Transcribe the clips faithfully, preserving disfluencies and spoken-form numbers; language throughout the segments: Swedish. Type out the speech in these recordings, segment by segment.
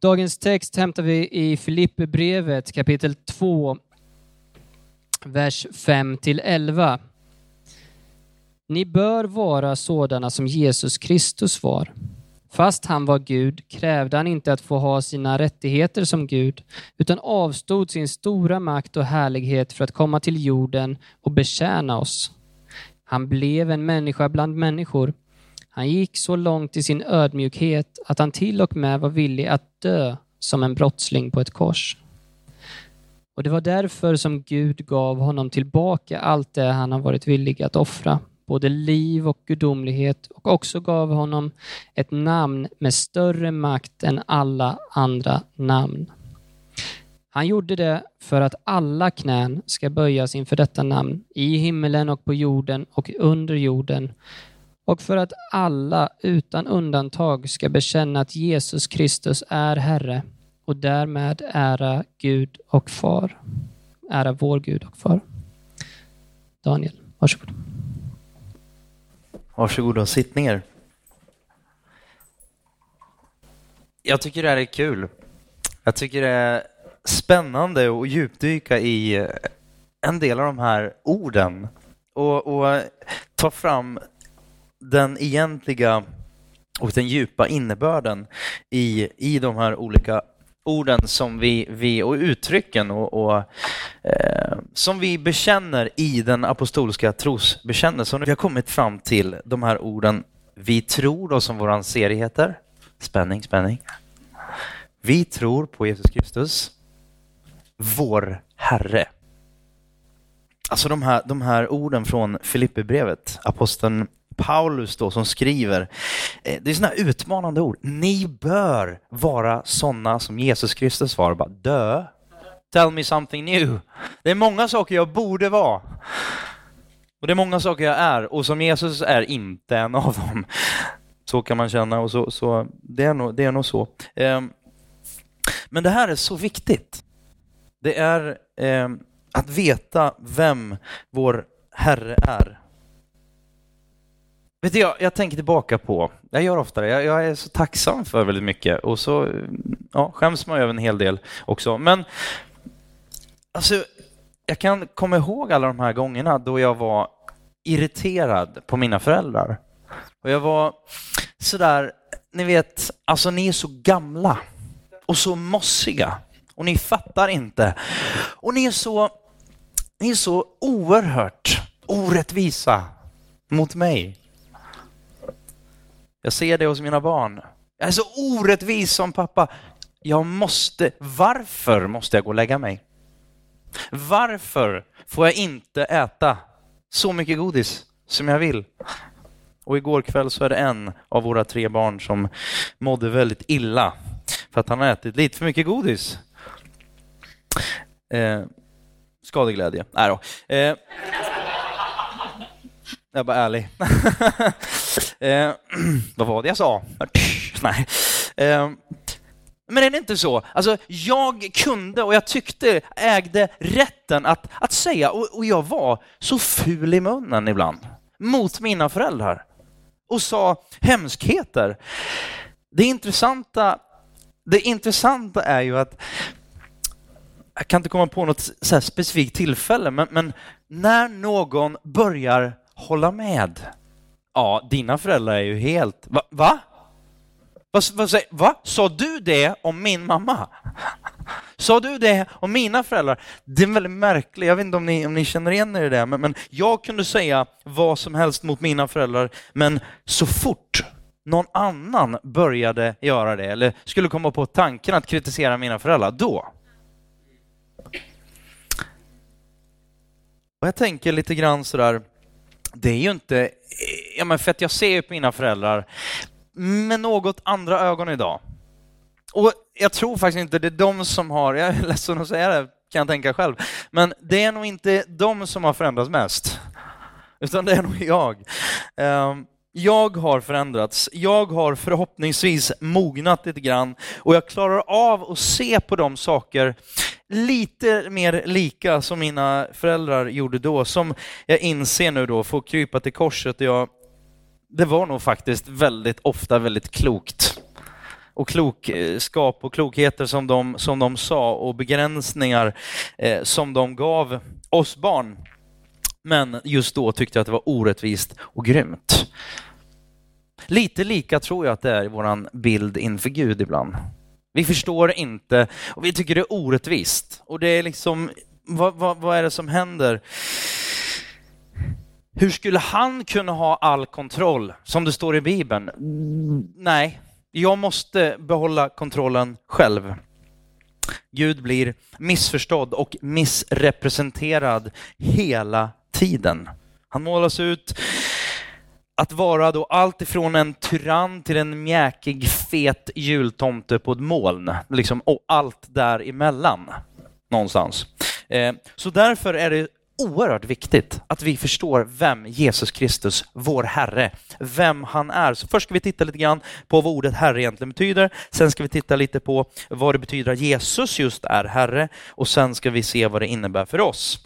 Dagens text hämtar vi i Filipperbrevet kapitel två, vers fem till elva. Ni bör vara sådana som Jesus Kristus var. Fast han var Gud krävde han inte att få ha sina rättigheter som Gud, utan avstod sin stora makt och härlighet för att komma till jorden och betjäna oss. Han blev en människa bland människor. Han gick så långt i sin ödmjukhet att han till och med var villig att dö som en brottsling på ett kors. Och det var därför som Gud gav honom tillbaka allt det han har varit villig att offra, både liv och gudomlighet, och också gav honom ett namn med större makt än alla andra namn. Han gjorde det för att alla knän ska böjas inför detta namn, i himmelen och på jorden och under jorden, och för att alla utan undantag ska bekänna att Jesus Kristus är Herre, och därmed ära Gud och Far. Ära vår Gud och Far. Daniel, varsågod. Varsågod och sitt ner. Jag tycker det här är kul. Jag tycker det är spännande att djupdyka i en del av de här orden. Och, och ta fram den egentliga och den djupa innebörden i, i de här olika orden som vi, vi och uttrycken och, och eh, som vi bekänner i den apostoliska trosbekännelsen. Vi har kommit fram till de här orden vi tror, då, som våran serie heter. Spänning, spänning. Vi tror på Jesus Kristus, vår Herre. Alltså de här, de här orden från Filipperbrevet, aposteln Paulus då som skriver, det är såna utmanande ord. Ni bör vara sådana som Jesus Kristus var. Bara dö. Tell me something new. Det är många saker jag borde vara. Och det är många saker jag är. Och som Jesus är inte en av dem. Så kan man känna. Och så, så det, är nog, det är nog så. Men det här är så viktigt. Det är att veta vem vår Herre är. Vet du, jag, jag tänker tillbaka på, jag gör ofta det, jag, jag är så tacksam för väldigt mycket och så ja, skäms man över en hel del också. Men alltså, jag kan komma ihåg alla de här gångerna då jag var irriterad på mina föräldrar. Och jag var sådär, ni vet, alltså ni är så gamla och så mossiga och ni fattar inte. Och ni är så, ni är så oerhört orättvisa mot mig. Jag ser det hos mina barn. Jag är så orättvis som pappa. Jag måste, varför måste jag gå och lägga mig? Varför får jag inte äta så mycket godis som jag vill? Och igår kväll så är det en av våra tre barn som mådde väldigt illa för att han har ätit lite för mycket godis. Eh, skadeglädje. Nej då. Eh, jag är bara ärlig. eh, vad var det jag sa? Nej. Eh, men är det inte så? Alltså, jag kunde och jag tyckte ägde rätten att, att säga, och, och jag var så ful i munnen ibland mot mina föräldrar och sa hemskheter. Det intressanta, det intressanta är ju att jag kan inte komma på något så här specifikt tillfälle, men, men när någon börjar hålla med, ja, dina föräldrar är ju helt, va? Va? Vad, vad säger, va? Sa du det om min mamma? Sa du det om mina föräldrar? Det är väldigt märkligt, jag vet inte om ni, om ni känner igen er i det, men, men jag kunde säga vad som helst mot mina föräldrar, men så fort någon annan började göra det eller skulle komma på tanken att kritisera mina föräldrar, då. Och jag tänker lite grann sådär, det är ju inte, ja men för att jag ser ju på mina föräldrar med något andra ögon idag. Och jag tror faktiskt inte det är de som har, jag är ledsen att säga det, kan jag tänka själv, men det är nog inte de som har förändrats mest, utan det är nog jag. Jag har förändrats, jag har förhoppningsvis mognat lite grann och jag klarar av att se på de saker lite mer lika som mina föräldrar gjorde då, som jag inser nu då får krypa till korset. Och jag, det var nog faktiskt väldigt ofta väldigt klokt och klokskap och klokheter som de, som de sa och begränsningar eh, som de gav oss barn. Men just då tyckte jag att det var orättvist och grymt. Lite lika tror jag att det är i våran bild inför Gud ibland. Vi förstår inte och vi tycker det är orättvist. Och det är liksom, vad, vad, vad är det som händer? Hur skulle han kunna ha all kontroll som det står i Bibeln? Nej, jag måste behålla kontrollen själv. Gud blir missförstådd och missrepresenterad hela tiden. Han målas ut att vara då allt ifrån en tyrann till en mjäkig, fet jultomte på ett moln. Liksom, och allt däremellan någonstans. Eh, så därför är det oerhört viktigt att vi förstår vem Jesus Kristus, vår Herre, vem han är. Så först ska vi titta lite grann på vad ordet Herre egentligen betyder. Sen ska vi titta lite på vad det betyder att Jesus just är Herre. Och sen ska vi se vad det innebär för oss.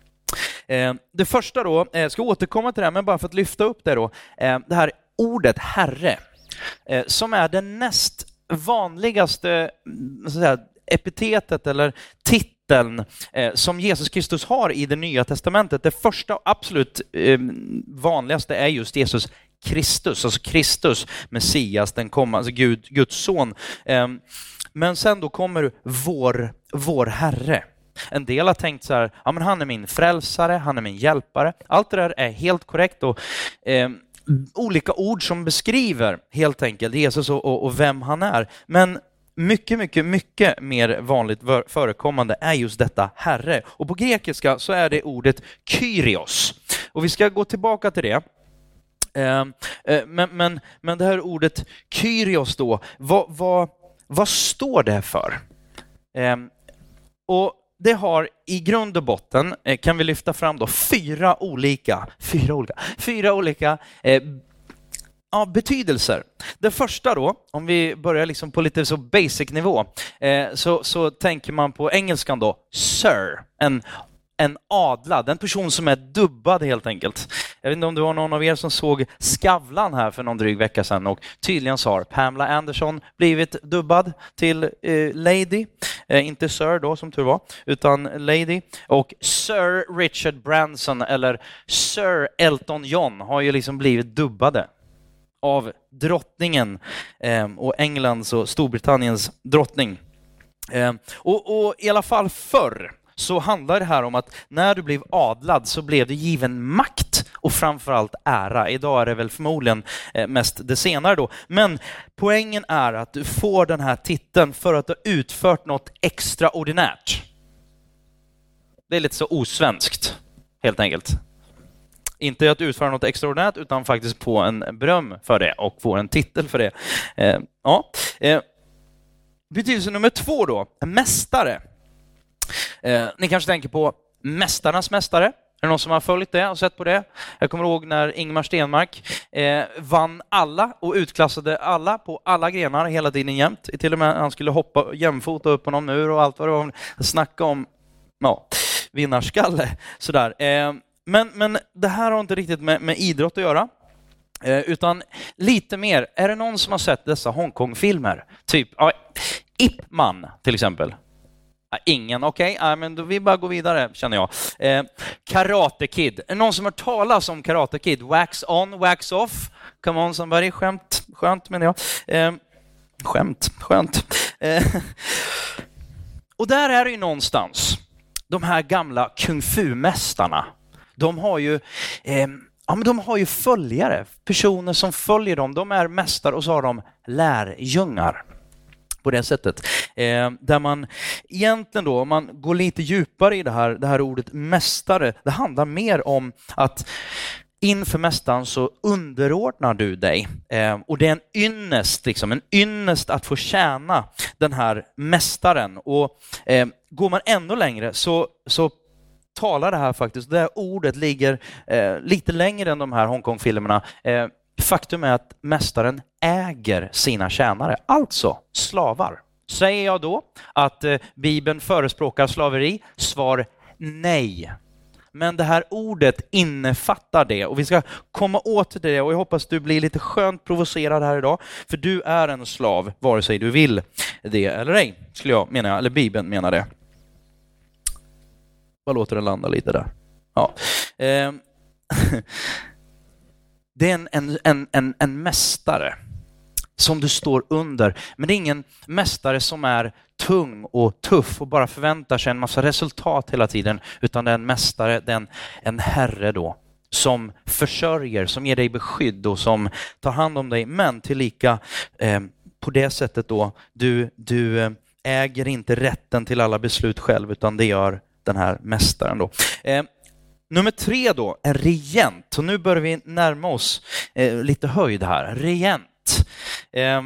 Eh, det första då, eh, ska återkomma till det här, men bara för att lyfta upp det då. Eh, det här ordet Herre, eh, som är den näst vanligaste så att säga, epitetet eller titeln eh, som Jesus Kristus har i det nya testamentet. Det första och absolut eh, vanligaste är just Jesus Kristus, alltså Kristus, Messias, den kommer, alltså Gud, Guds son. Eh, men sen då kommer vår, vår Herre. En del har tänkt så här, ja men han är min frälsare, han är min hjälpare. Allt det där är helt korrekt och eh, olika ord som beskriver helt enkelt Jesus och, och, och vem han är. Men mycket, mycket, mycket mer vanligt förekommande är just detta Herre. Och på grekiska så är det ordet Kyrios. Och vi ska gå tillbaka till det. Eh, eh, men, men, men det här ordet Kyrios då, vad, vad, vad står det för? Eh, och det har i grund och botten, eh, kan vi lyfta fram då, fyra olika, fyra olika, fyra olika eh, ja, betydelser. Det första då, om vi börjar liksom på lite så basic nivå, eh, så, så tänker man på engelskan då, sir, en En adlad, en person som är dubbad helt enkelt. Jag vet inte om det var någon av er som såg Skavlan här för någon dryg vecka sedan och tydligen så har Pamela Anderson blivit dubbad till eh, Lady. Eh, inte Sir då som tur var, utan Lady. Och Sir Richard Branson eller Sir Elton John har ju liksom blivit dubbade av drottningen eh, och Englands och Storbritanniens drottning. Eh, och, och i alla fall förr så handlar det här om att när du blev adlad så blev du given makt och framförallt ära. Idag är det väl förmodligen mest det senare då. Men poängen är att du får den här titeln för att du har utfört något extraordinärt. Det är lite så osvenskt, helt enkelt. Inte att utföra något extraordinärt utan faktiskt på en beröm för det och få en titel för det. Eh, ja. eh, betydelse nummer två då, mästare. Eh, ni kanske tänker på Mästarnas mästare. Är det någon som har följt det och sett på det? Jag kommer ihåg när Ingmar Stenmark eh, vann alla och utklassade alla på alla grenar hela tiden jämt. Till och med han skulle hoppa jämfota upp på någon mur och allt vad det var. Snacka om ja, vinnarskalle. Sådär. Eh, men, men det här har inte riktigt med, med idrott att göra. Eh, utan lite mer. Är det någon som har sett dessa Hongkong-filmer? Typ ja, Ip Man till exempel. Ingen, okej, okay. Men då vi bara går vidare känner jag. Eh, Karate Kid. Är någon som har talat om Karate Kid? Wax on, wax off. Come on somebody, skämt. Skönt menar jag. Eh, skämt, skönt. Eh, och där är det ju någonstans. De här gamla kung fu-mästarna. De har ju... Eh, Ja, men de har ju följare, personer som följer dem. De är mästare och så har de lärjungar. På det sättet. Eh, där man egentligen då, om man går lite djupare i det här, det här ordet mästare, det handlar mer om att inför mästaren så underordnar du dig. Eh, och det är en ynnest, liksom, en ynnest att få tjäna den här mästaren. Och eh, går man ännu längre så, så talar det här faktiskt, det här ordet ligger eh, lite längre än de här Hongkong-filmerna. Eh, faktum är att mästaren äger sina tjänare, alltså slavar. Säger jag då att eh, Bibeln förespråkar slaveri? Svar nej. Men det här ordet innefattar det. Och vi ska komma åt det. Och jag hoppas du blir lite skönt provocerad här idag. För du är en slav, vare sig du vill det eller ej. Skulle jag mena, eller Bibeln menar det. Vad låter den landa lite där? Ja. Eh. Det är en, en, en, en, en mästare som du står under. Men det är ingen mästare som är tung och tuff och bara förväntar sig en massa resultat hela tiden. Utan det är en mästare, det är en, en herre då. Som försörjer, som ger dig beskydd och som tar hand om dig. Men tillika eh, på det sättet då, du, du äger inte rätten till alla beslut själv, utan det gör den här mästaren då. Eh, Nummer tre då är regent. Och nu börjar vi närma oss eh, lite höjd här. Regent. Eh,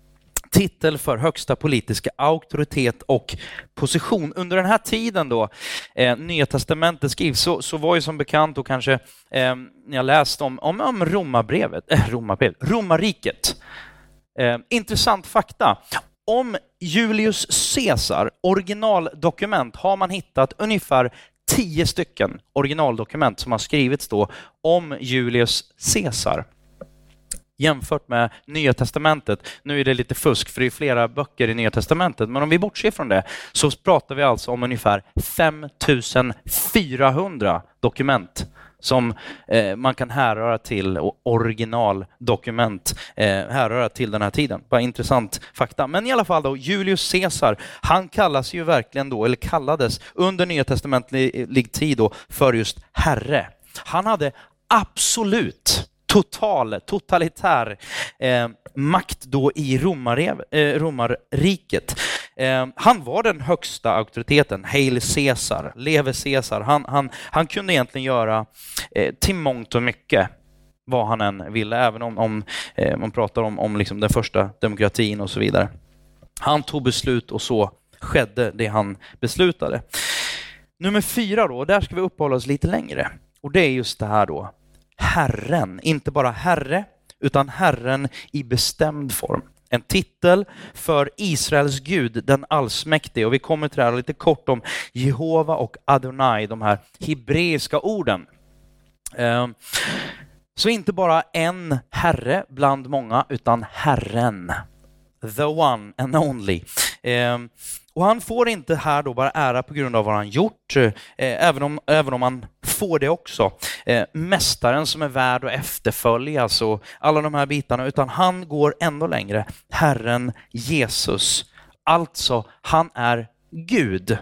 titel för högsta politiska auktoritet och position. Under den här tiden då eh, Nya testamentet skrivs så, så var ju som bekant och kanske eh, när jag läste om, om, om Romarbrevet, eh, Romarbrevet, Romarriket. Eh, intressant fakta. Om Julius Caesar originaldokument har man hittat ungefär tio stycken originaldokument som har skrivits då om Julius Caesar. Jämfört med Nya testamentet. Nu är det lite fusk för det är flera böcker i Nya testamentet. Men om vi bortser från det så pratar vi alltså om ungefär fem tusen fyrahundra dokument som eh, man kan härröra till och originaldokument eh, härröra till den här tiden. Bara intressant fakta. Men i alla fall då, Julius Caesar, han kallas ju verkligen då, eller kallades under Nya testamentlig tid då för just herre. Han hade absolut total, totalitär eh, makt då i Romare, eh, Romarriket. Eh, han var den högsta auktoriteten. Hail Caesar, leve Caesar. Han, han, han kunde egentligen göra eh, till mångt och mycket vad han än ville, även om, om eh, man pratar om, om liksom den första demokratin och så vidare. Han tog beslut och så skedde det han beslutade. Nummer fyra då, där ska vi uppehålla oss lite längre. Och det är just det här då. Herren, inte bara herre, utan Herren i bestämd form. En titel för Israels Gud, den allsmäktige. Och vi kommer till det här lite kort om Jehova och Adonai, de här hebreiska orden. Så inte bara en herre bland många, utan Herren. The one and only. Och han får inte här då bara ära på grund av vad han gjort, eh, även, om, även om han får det också. Eh, mästaren som är värd att efterföljas och alla de här bitarna, utan han går ändå längre. Herren Jesus. Alltså, han är Gud.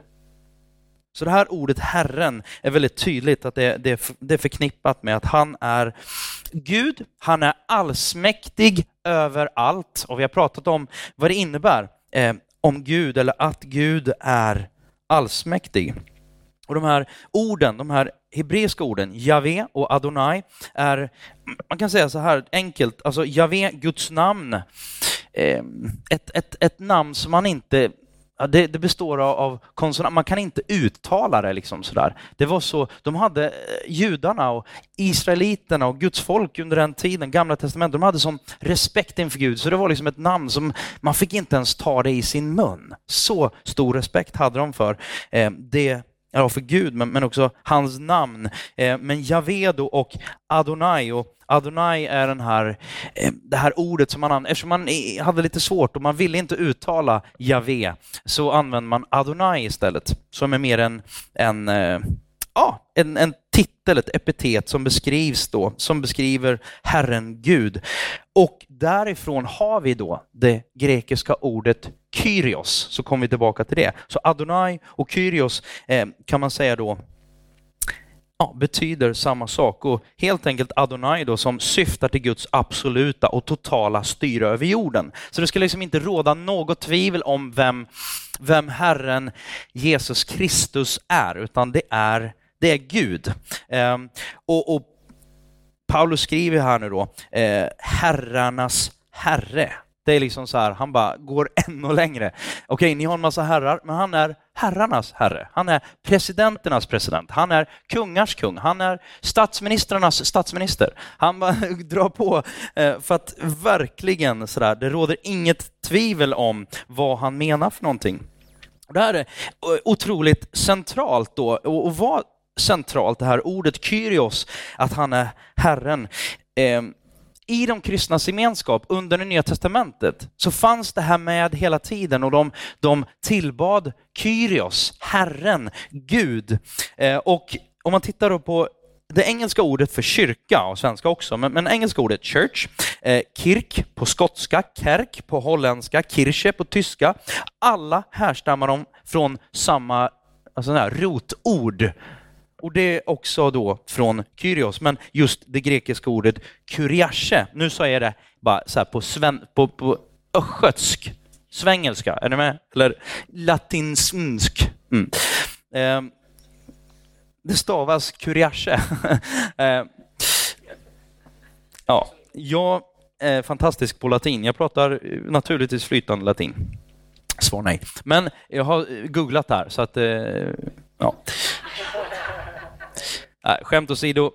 Så det här ordet Herren är väldigt tydligt att det, det, det är förknippat med att han är Gud. Han är allsmäktig över allt. Och vi har pratat om vad det innebär. Eh, om Gud, eller att Gud är allsmäktig. Och de här orden, de här hebreiska orden, Javé och Adonai, är, man kan säga så här enkelt, alltså Javé, Guds namn, eh, ett, ett, ett namn som man inte, ja, det, det består av, av konsonant, man kan inte uttala det liksom sådär. Det var så, de hade judarna och israeliterna och Guds folk under den tiden, Gamla testamentet, de hade som respekt inför Gud, så det var liksom ett namn som man fick inte ens ta det i sin mun. Så stor respekt hade de för eh, det, ja, för Gud, men, men också hans namn. Eh, men Javé då och Adonai, och Adonai är den här, eh, det här ordet som man använde, eftersom man hade lite svårt och man ville inte uttala Javé, så använder man Adonai istället, som är mer en, en, eh, ja, en, en titel, ett epitet som beskrivs då, som beskriver Herren Gud. Och därifrån har vi då det grekiska ordet Kyrios, så kommer vi tillbaka till det. Så Adonai och Kyrios eh, kan man säga då, ja, betyder samma sak, och helt enkelt Adonai då, som syftar till Guds absoluta och totala styre över jorden. Så det ska liksom inte råda något tvivel om vem, vem Herren Jesus Kristus är, utan det är, det är Gud. Eh, och, och Paulus skriver här nu då, eh, herrarnas herre. Det är liksom så här, han bara går ännu längre. Okej, ni har en massa herrar, men han är herrarnas herre. Han är presidenternas president. Han är kungars kung. Han är statsministrarnas statsminister. Han bara drar på eh, för att verkligen så där, det råder inget tvivel om vad han menar för någonting. Det här är otroligt centralt då, och, och vad centralt, det här ordet Kyrios, att han är Herren. Eh, I de kristnas gemenskap under det nya testamentet så fanns det här med hela tiden, och de, de tillbad Kyrios, Herren, Gud. Eh, och om man tittar då på det engelska ordet för kyrka, och svenska också, men, men engelska ordet church, eh, kirk på skotska, kerk på holländska, kirche på tyska, alla härstammar de från samma alltså här, rotord. Och det är också då från Kyrios, men just det grekiska ordet kyriashe. Nu så är det bara så här på, sven, på, på östgötsk, svengelska, är ni med? Eller latinsk. Mm. Eh, det stavas kyriashe. eh, ja, jag är fantastisk på latin. Jag pratar naturligtvis flytande latin. Svar nej. Men jag har googlat här så att eh, ja. Äh, skämt åsido.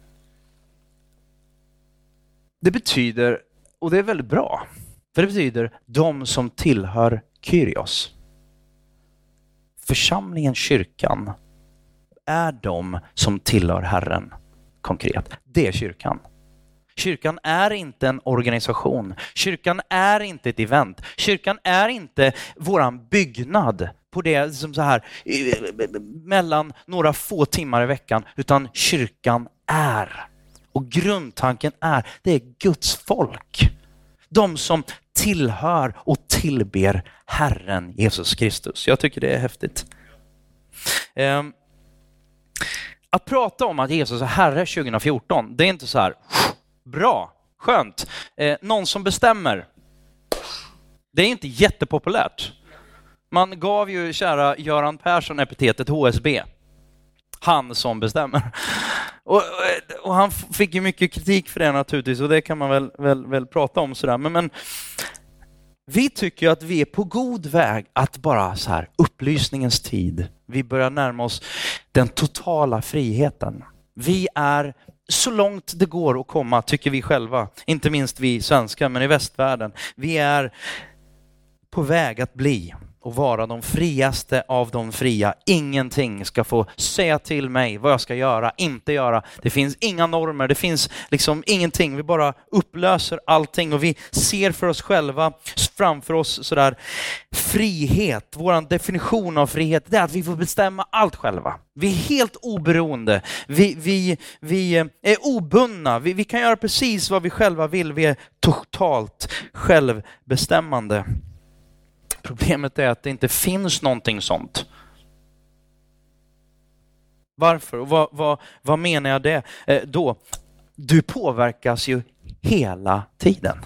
Det betyder, och det är väldigt bra, för det betyder de som tillhör Kyrios. Församlingen, kyrkan, är de som tillhör Herren konkret. Det är kyrkan. Kyrkan är inte en organisation. Kyrkan är inte ett event. Kyrkan är inte våran byggnad på det som så här mellan några få timmar i veckan, utan kyrkan är, och grundtanken är, det är Guds folk. De som tillhör och tillber Herren Jesus Kristus. Jag tycker det är häftigt. Um, att prata om att Jesus är Herre tjugo fjorton, det är inte så här bra, skönt. Eh, någon som bestämmer. Det är inte jättepopulärt. Man gav ju kära Göran Persson epitetet H S B. Han som bestämmer. Och, och han fick ju mycket kritik för det naturligtvis, och det kan man väl, väl, väl prata om sådär. Men, men vi tycker att vi är på god väg att bara så här upplysningens tid. Vi börjar närma oss den totala friheten. Vi är så långt det går att komma, tycker vi själva. Inte minst vi svenskar, men i västvärlden. Vi är på väg att bli och vara de friaste av de fria. Ingenting ska få säga till mig vad jag ska göra, inte göra. Det finns inga normer, det finns liksom ingenting. Vi bara upplöser allting, och vi ser för oss själva, framför oss sådär frihet. Våran definition av frihet, det är att vi får bestämma allt själva. Vi är helt oberoende. Vi, vi, vi är obundna. Vi, vi kan göra precis vad vi själva vill. Vi är totalt självbestämmande. Problemet är att det inte finns någonting sånt. Varför? Och vad, vad, vad menar jag det eh, då? Du påverkas ju hela tiden.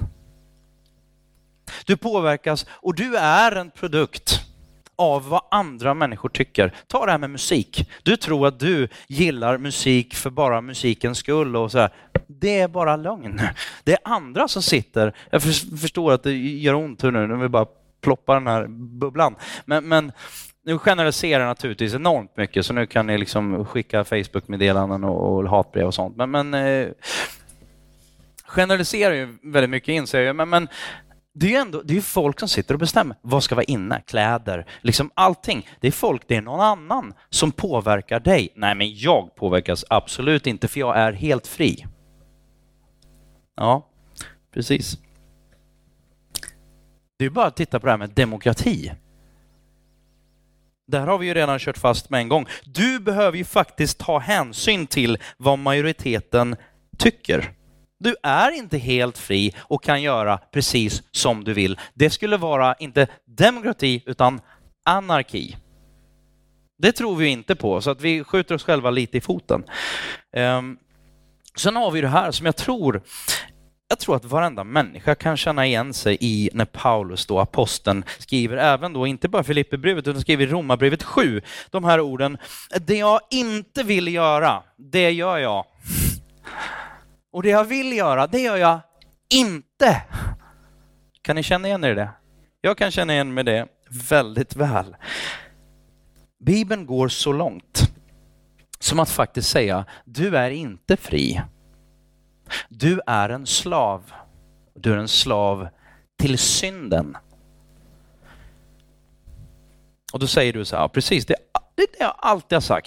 Du påverkas, och du är en produkt av vad andra människor tycker. Ta det här med musik. Du tror att du gillar musik för bara musikens skull och så här. Det är bara lögn. Det är andra som sitter. Jag förstår att det gör ont nu när vi bara ploppar den här bubblan. Men, men nu generaliserar jag naturligtvis enormt mycket, så nu kan ni liksom skicka Facebook-meddelanden och, och hatbrev och sånt. Men, men eh, generaliserar ju väldigt mycket in, säger jag. Men, men det är ju ändå, det är ju folk som sitter och bestämmer vad ska vara inne, kläder, liksom allting. Det är folk, det är någon annan som påverkar dig. Nej, men jag påverkas absolut inte, för jag är helt fri. Ja, precis. Det är bara att titta på det här med demokrati. Där har vi ju redan kört fast med en gång. Du behöver ju faktiskt ta hänsyn till vad majoriteten tycker. Du är inte helt fri och kan göra precis som du vill. Det skulle vara inte demokrati utan anarki. Det tror vi inte på, så att vi skjuter oss själva lite i foten. Um, sen har vi det här som jag tror... Jag tror att varenda människa kan känna igen sig i när Paulus då, aposteln, skriver även då, inte bara Filippibrevet utan skriver i Romarbrevet sju, de här orden: det jag inte vill göra, det gör jag. Och det jag vill göra, det gör jag inte. Kan ni känna igen er i det? Jag kan känna igen med det väldigt väl. Bibeln går så långt som att faktiskt säga: du är inte fri. Du är en slav. Du är en slav till synden. Och då säger du så här: ja, precis, det, det är det jag alltid har sagt.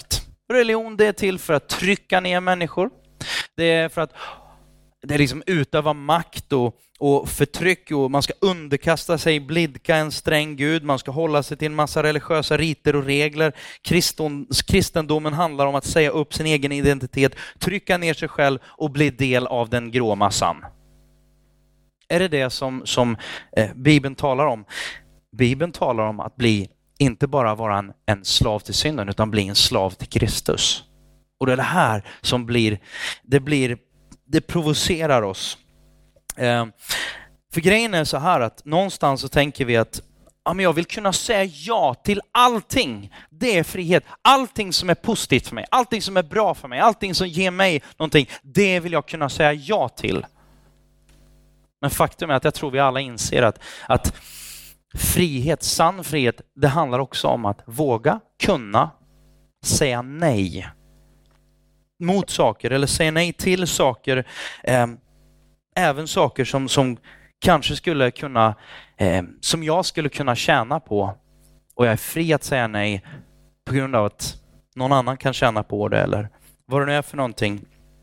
Religion, det är till för att trycka ner människor. Det är för att det är liksom utöva makt och, och förtryck, och man ska underkasta sig, blidka en sträng Gud, man ska hålla sig till en massa religiösa riter och regler. Kristen, kristendomen handlar om att säga upp sin egen identitet, trycka ner sig själv och bli del av den grå massan. Är det det som, som eh, Bibeln talar om? Bibeln talar om att bli, inte bara vara en, en slav till synden, utan bli en slav till Kristus. Och det är det här som blir, det blir, det provocerar oss. Eh, för grejen är så här att någonstans så tänker vi att ja, men jag vill kunna säga ja till allting. Det är frihet. Allting som är positivt för mig, allting som är bra för mig, allting som ger mig någonting, det vill jag kunna säga ja till. Men faktum är att jag tror vi alla inser att, att frihet, sann frihet, det handlar också om att våga kunna säga nej mot saker, eller säga nej till saker, eh, även saker som, som kanske skulle kunna, eh, som jag skulle kunna tjäna på, och jag är fri att säga nej på grund av att någon annan kan tjäna på det, eller vad det nu är för någonting.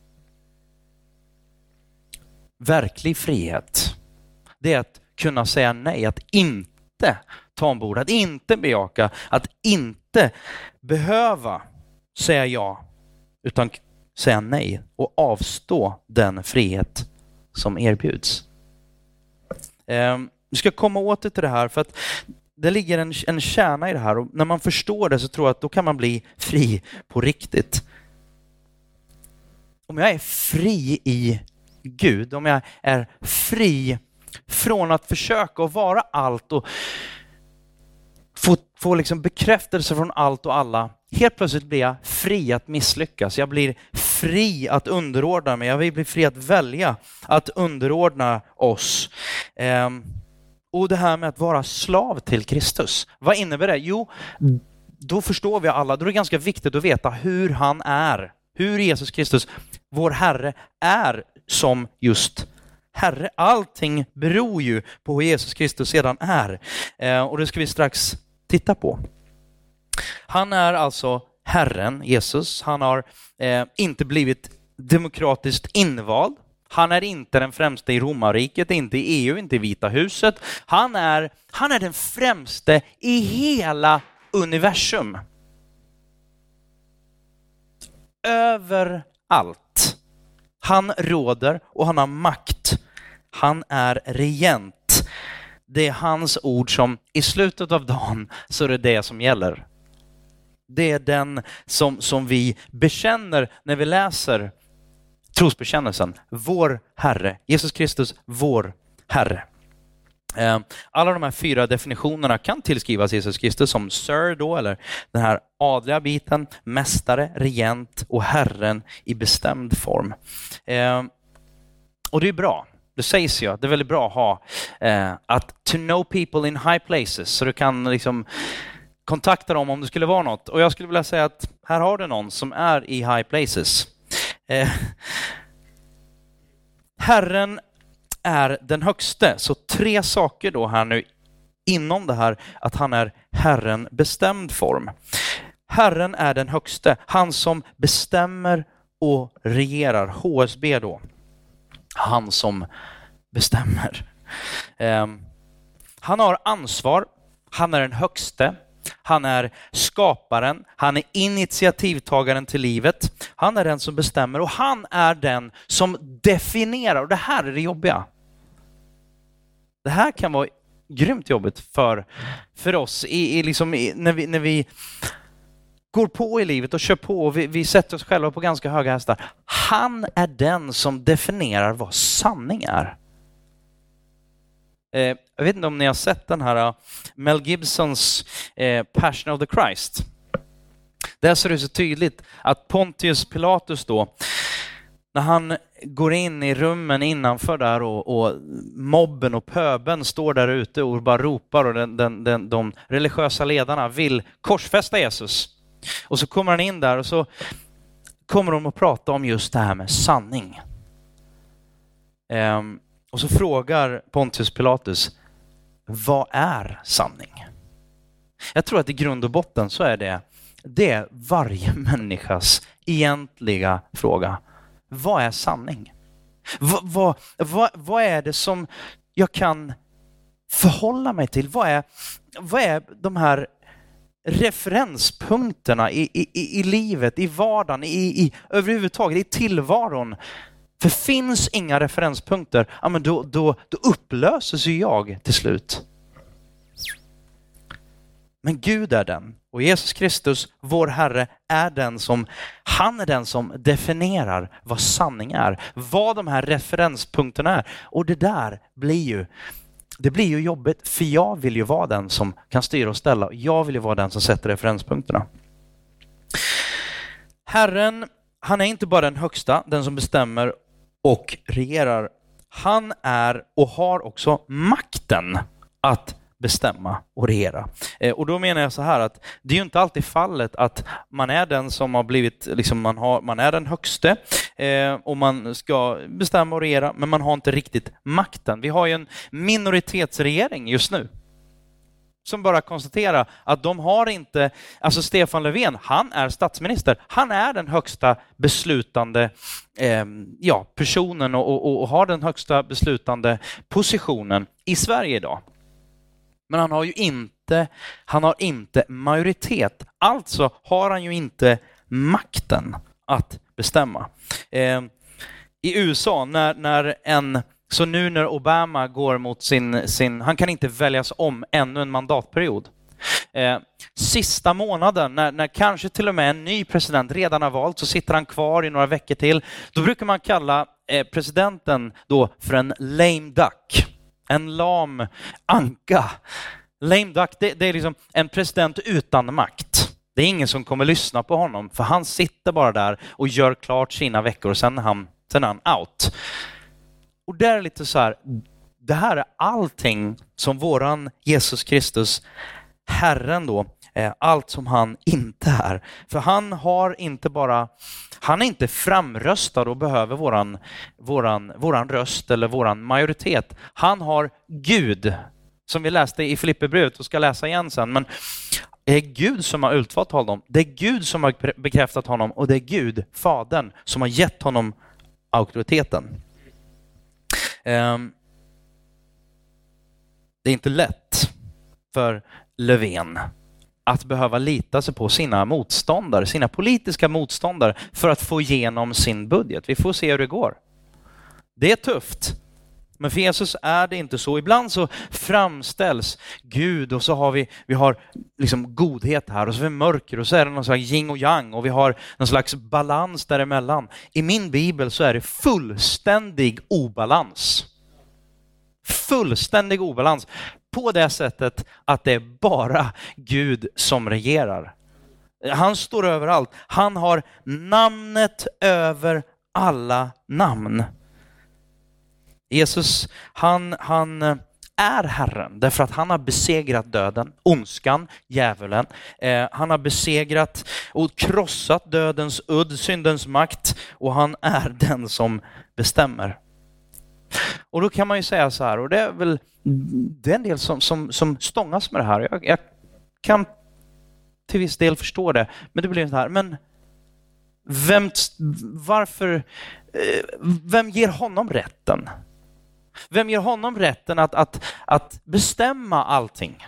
Verklig frihet, det är att kunna säga nej, att inte ta ombord, att inte bejaka, att inte behöva säga ja, utan säga nej och avstå den frihet som erbjuds. Eh, vi ska komma åter till det här, för att det ligger en, en kärna i det här, och när man förstår det så tror jag att då kan man bli fri på riktigt. Om jag är fri i Gud, om jag är fri från att försöka att vara allt och få, få liksom bekräftelse från allt och alla, helt plötsligt blir jag fri att misslyckas. Jag blir fri att underordna mig. Jag vill bli fri att välja att underordna oss. Ehm, och det här med att vara slav till Kristus, vad innebär det? Jo, då förstår vi alla, då är det ganska viktigt att veta hur han är. Hur Jesus Kristus, vår Herre, är som just Herre. Allting beror ju på hur Jesus Kristus sedan är. Eh, och det ska vi strax titta på. Han är alltså Herren, Jesus. Han har eh, inte blivit demokratiskt invald. Han är inte den främste i romarriket, inte i E U, inte i Vita huset. Han är, han är den främste i hela universum. Överallt. Han råder och han har makt. Han är regent. Det är hans ord som i slutet av dagen så är det det som gäller. Det är den som, som vi bekänner när vi läser trosbekännelsen. Vår Herre. Jesus Kristus, vår Herre. Alla de här fyra definitionerna kan tillskrivas Jesus Kristus som Sir då, eller den här adliga biten, mästare, regent och Herren i bestämd form. Och det är bra. Det sägs ju att det är väldigt bra att ha att to know people in high places, så du kan liksom kontakta dem om det skulle vara något. Och jag skulle vilja säga att här har du någon som är i high places. Herren är den högste. Så tre saker då här nu inom det här, att han är Herren bestämd form. Herren är den högste. Han som bestämmer och regerar. H S B då. Han som bestämmer. Um, han har ansvar. Han är den högste. Han är skaparen. Han är initiativtagaren till livet. Han är den som bestämmer. Och han är den som definierar. Och det här är det jobbiga. Det här kan vara grymt jobbigt för, för oss. I, i liksom, i, när, vi, när vi går på i livet och kör på. Och vi, vi sätter oss själva på ganska höga hästar. Han är den som definierar vad sanning är. Eh, jag vet inte om ni har sett den här uh, Mel Gibsons eh, Passion of the Christ. Där ser det så tydligt att Pontius Pilatus då, när han går in i rummen innanför där och, och mobben och pöben står där ute och bara ropar, och den, den, den, de religiösa ledarna vill korsfästa Jesus. Och så kommer han in där och så kommer de att prata om just det här med sanning. Um, Och så frågar Pontius Pilatus, vad är sanning? Jag tror att i grund och botten så är det det är varje människas egentliga fråga. Vad är sanning? Vad, vad, vad, vad är det som jag kan förhålla mig till? Vad är, vad är de här referenspunkterna i, i, i livet, i vardagen, i, i, överhuvudtaget i tillvaron? För finns inga referenspunkter, ja, men då, då, då upplöses ju jag till slut. Men Gud är den, och Jesus Kristus, vår Herre, är den som, han är den som definierar vad sanning är, vad de här referenspunkterna är. Och det där blir ju, det blir ju jobbigt, för jag vill ju vara den som kan styra och ställa. Jag vill ju vara den som sätter referenspunkterna. Herren, han är inte bara den högsta, den som bestämmer och regerar. Han är och har också makten att bestämma och regera. Eh, och då menar jag så här att det är ju inte alltid fallet att man är den som har blivit, liksom man, har, man är den högste eh, och man ska bestämma och regera, men man har inte riktigt makten. Vi har ju en minoritetsregering just nu som bara konstaterar att de har inte, alltså Stefan Löfven, han är statsminister. Han är den högsta beslutande eh, ja, personen och, och, och har den högsta beslutande positionen i Sverige idag. Men han har ju inte, han har inte majoritet. Alltså har han ju inte makten att bestämma. Eh, I U S A, när, när en, så nu när Obama går mot sin, sin, han kan inte väljas om ännu en mandatperiod. Eh, sista månaden, när, när kanske till och med en ny president redan har valt, så sitter han kvar i några veckor till. Då brukar man kalla eh, presidenten då för en lame duck. En lam anka. Lame duck, det, det är liksom en president utan makt. Det är ingen som kommer lyssna på honom, för han sitter bara där och gör klart sina veckor och sen är han, sen är han out. Och det är lite så här, det här är allting som våran Jesus Kristus, Herren då, allt som han inte är. För han har inte bara, han är inte framröstad och behöver våran, våran, våran röst eller våran majoritet. Han har Gud, som vi läste i Filipperbrevet och ska läsa igen sen. Men det är Gud som har utvalt honom. Det är Gud som har bekräftat honom, och det är Gud, Fadern, som har gett honom auktoriteten. Um, det är inte lätt för Löfven att behöva lita sig på sina motståndare, sina politiska motståndare, för att få igenom sin budget. Vi får se hur det går. Det är tufft. Men för Jesus är det inte så. Ibland så framställs Gud, och så har vi, vi har liksom godhet här, och så har vi mörker, och så är det någon slags yin och yang, och vi har någon slags balans däremellan. I min bibel så är det fullständig obalans. Fullständig obalans. På det sättet att det är bara Gud som regerar. Han står överallt. Han har namnet över alla namn. Jesus, han, han är Herren därför att han har besegrat döden, ondskan, djävulen. Eh, han har besegrat och krossat dödens udd, syndens makt, och han är den som bestämmer. Och då kan man ju säga så här, och det är väl det är en del som, som, som stångas med det här. Jag, jag kan till viss del förstå det, men det blir så här, men vem, varför, vem ger honom rätten? Vem ger honom rätten att, att, att bestämma allting?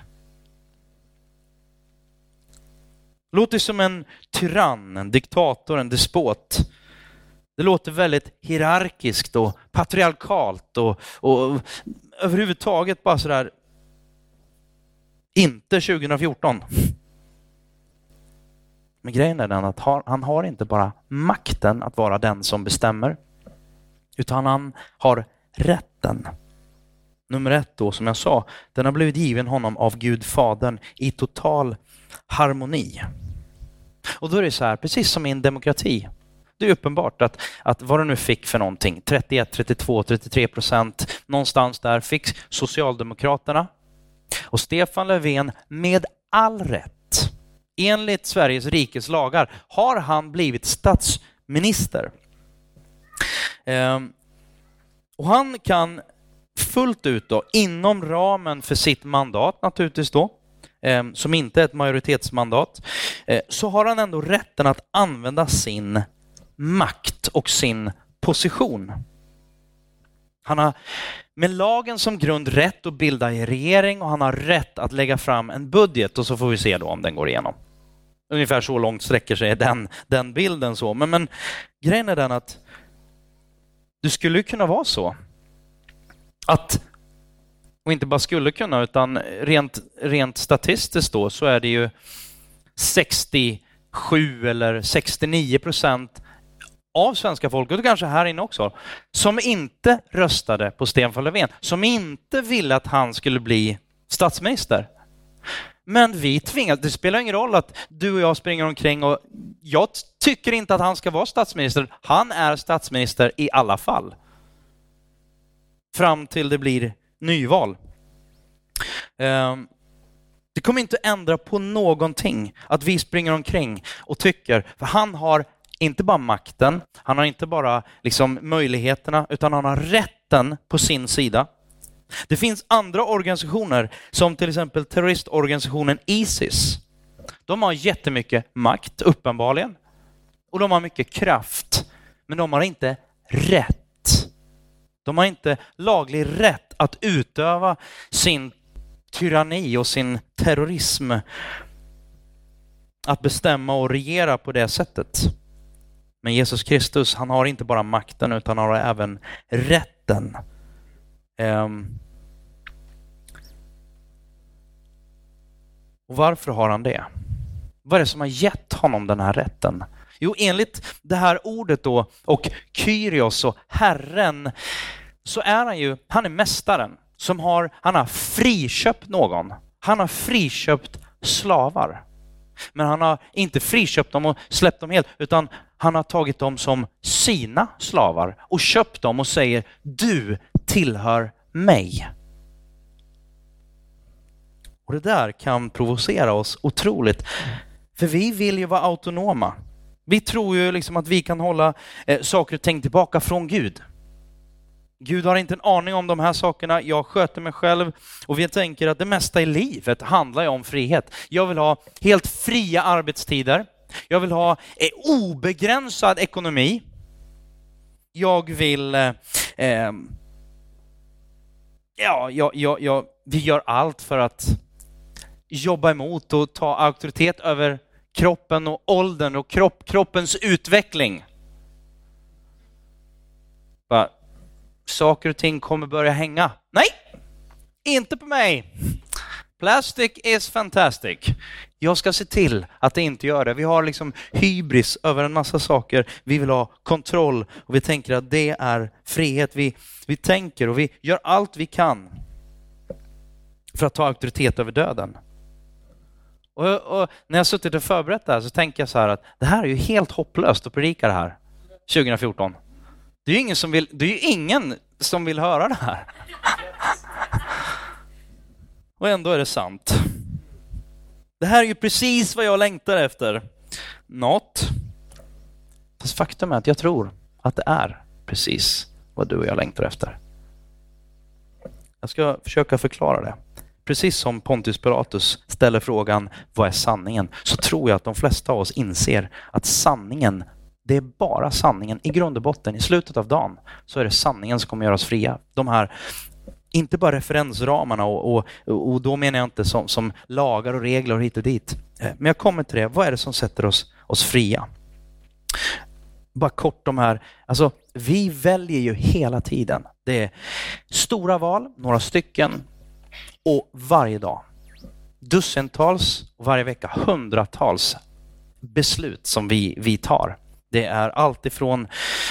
Låter som en tyrann, en diktator, en despot. Det låter väldigt hierarkiskt och patriarkalt och, och överhuvudtaget bara sådär inte tjugo fjorton. Men grejen är den att han har inte bara makten att vara den som bestämmer, utan han har rätten. Nummer ett då, som jag sa, den har blivit given honom av Gud Fadern i total harmoni. Och då är det så här, precis som i en demokrati. Det är uppenbart att, att vad du nu fick för någonting, trettioett, trettiotvå, trettiotre procent, någonstans där fick Socialdemokraterna. Och Stefan Löfven, med all rätt, enligt Sveriges rikes lagar, har han blivit statsminister. Ehm, och han kan fullt ut då, inom ramen för sitt mandat naturligtvis då, eh, som inte är ett majoritetsmandat, eh, så har han ändå rätten att använda sin makt och sin position. Han har med lagen som grund rätt att bilda en regering och han har rätt att lägga fram en budget och så får vi se då om den går igenom. Ungefär så långt sträcker sig den, den bilden så. Men, men grejen är den att det skulle kunna vara så att, och inte bara skulle kunna utan rent, rent statistiskt då, så är det ju sextiosju eller sextionio procent av svenska folket, och kanske här inne också, som inte röstade på Stefan Löfven, som inte ville att han skulle bli statsminister. Men vi tvingas, det spelar ingen roll att du och jag springer omkring och jag tycker inte att han ska vara statsminister. Han är statsminister i alla fall. Fram till det blir nyval. Det kommer inte ändra på någonting att vi springer omkring och tycker, för han har inte bara makten, han har inte bara liksom möjligheterna, utan han har rätten på sin sida. Det finns andra organisationer som till exempel terroristorganisationen ISIS. De har jättemycket makt uppenbarligen och de har mycket kraft, men de har inte rätt. De har inte laglig rätt att utöva sin tyranni och sin terrorism, att bestämma och regera på det sättet. Men Jesus Kristus, han har inte bara makten utan han har även rätten. Um, och varför har han det? Vad är det som har gett honom den här rätten? Jo, enligt det här ordet då, och Kyrios och Herren, så är han ju, han är mästaren som har, han har friköpt någon. Han har friköpt slavar. Men han har inte friköpt dem och släppt dem helt, utan han har tagit dem som sina slavar och köpt dem och säger, du tillhör mig. Och det där kan provocera oss otroligt. För vi vill ju vara autonoma. Vi tror ju liksom att vi kan hålla eh, saker och ting tillbaka från Gud. Gud har inte en aning om de här sakerna. Jag sköter mig själv. Och vi tänker att det mesta i livet handlar ju om frihet. Jag vill ha helt fria arbetstider. Jag vill ha eh, obegränsad ekonomi. Jag vill... Eh, eh, ja, jag, jag, jag, vi gör allt för att jobba emot och ta auktoritet över kroppen och åldern och kropp, kroppens utveckling. Bara, saker och ting kommer börja hänga. Nej, inte på mig. Plastic is fantastic. Jag ska se till att det inte gör det. Vi har liksom hybris över en massa saker. Vi vill ha kontroll och vi tänker att det är frihet. Vi, vi tänker och vi gör allt vi kan för att ta auktoritet över döden. Och, och när jag suttit och förberett det här så tänker jag så här att det här är ju helt hopplöst att predika det här tjugo fjorton. Det är ju ingen som vill, det är ju ingen som vill höra det här. Och ändå är det sant. Det här är ju precis vad jag längtar efter. Något. Fast faktum är att jag tror att det är precis vad du och jag längtar efter. Jag ska försöka förklara det. Precis som Pontius Pilatus ställer frågan, vad är sanningen? Så tror jag att de flesta av oss inser att sanningen, det är bara sanningen i grund och botten. I slutet av dagen så är det sanningen som kommer göra oss fria. De här, inte bara referensramarna och, och, och då menar jag inte som, som lagar och regler och hit och dit. Men jag kommer till det. Vad är det som sätter oss, oss fria? Bara kort de här. Alltså, vi väljer ju hela tiden. Det är stora val, några stycken. Och varje dag. Dussintals och varje vecka hundratals beslut som vi, vi tar. Det är allt ifrån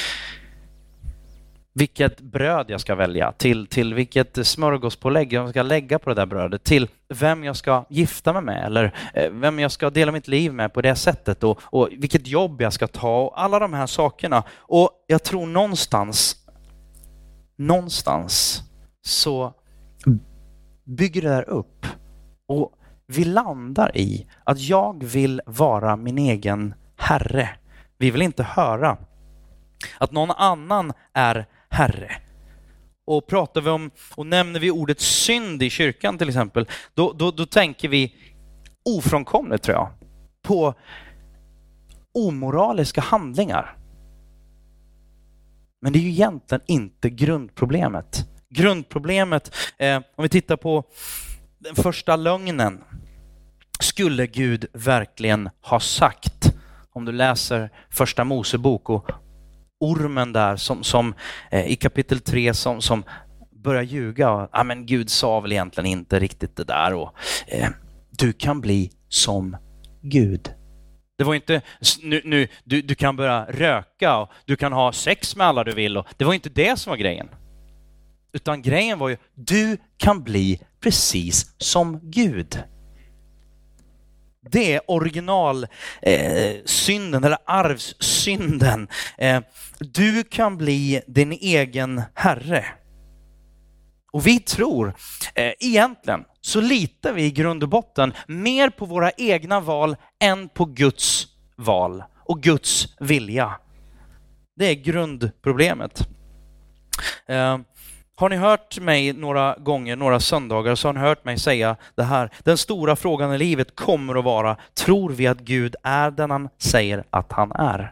vilket bröd jag ska välja till, till vilket smörgåspålägg jag ska lägga på det där brödet, till vem jag ska gifta mig med eller vem jag ska dela mitt liv med på det sättet och, och vilket jobb jag ska ta och alla de här sakerna. Och jag tror någonstans någonstans så bygger det där upp och vi landar i att jag vill vara min egen herre. Vi vill inte höra att någon annan är herre. Och pratar vi om och nämner vi ordet synd i kyrkan till exempel, då, då, då tänker vi ofrånkomligt, tror jag, på omoraliska handlingar. Men det är ju egentligen inte grundproblemet. Grundproblemet, eh, om vi tittar på den första lögnen. Skulle Gud verkligen ha sagt, om du läser första Mosebok och ormen där som, som eh, i kapitel tre som, som börjar ljuga. Ja, ah, men Gud sa väl egentligen inte riktigt det där. Och, eh, du kan bli som Gud. Det var inte, nu, nu du, du kan börja röka och du kan ha sex med alla du vill. Och det var inte det som var grejen. Utan grejen var ju, du kan bli precis som Gud. Det är original eh, synden eller arvssynden. Eh, du kan bli din egen herre. Och vi tror, eh, egentligen så litar vi i grund och botten mer på våra egna val än på Guds val och Guds vilja. Det är grundproblemet. Eh, Har ni hört mig några gånger, några söndagar, så har ni hört mig säga det här. Den stora frågan i livet kommer att vara, tror vi att Gud är den han säger att han är?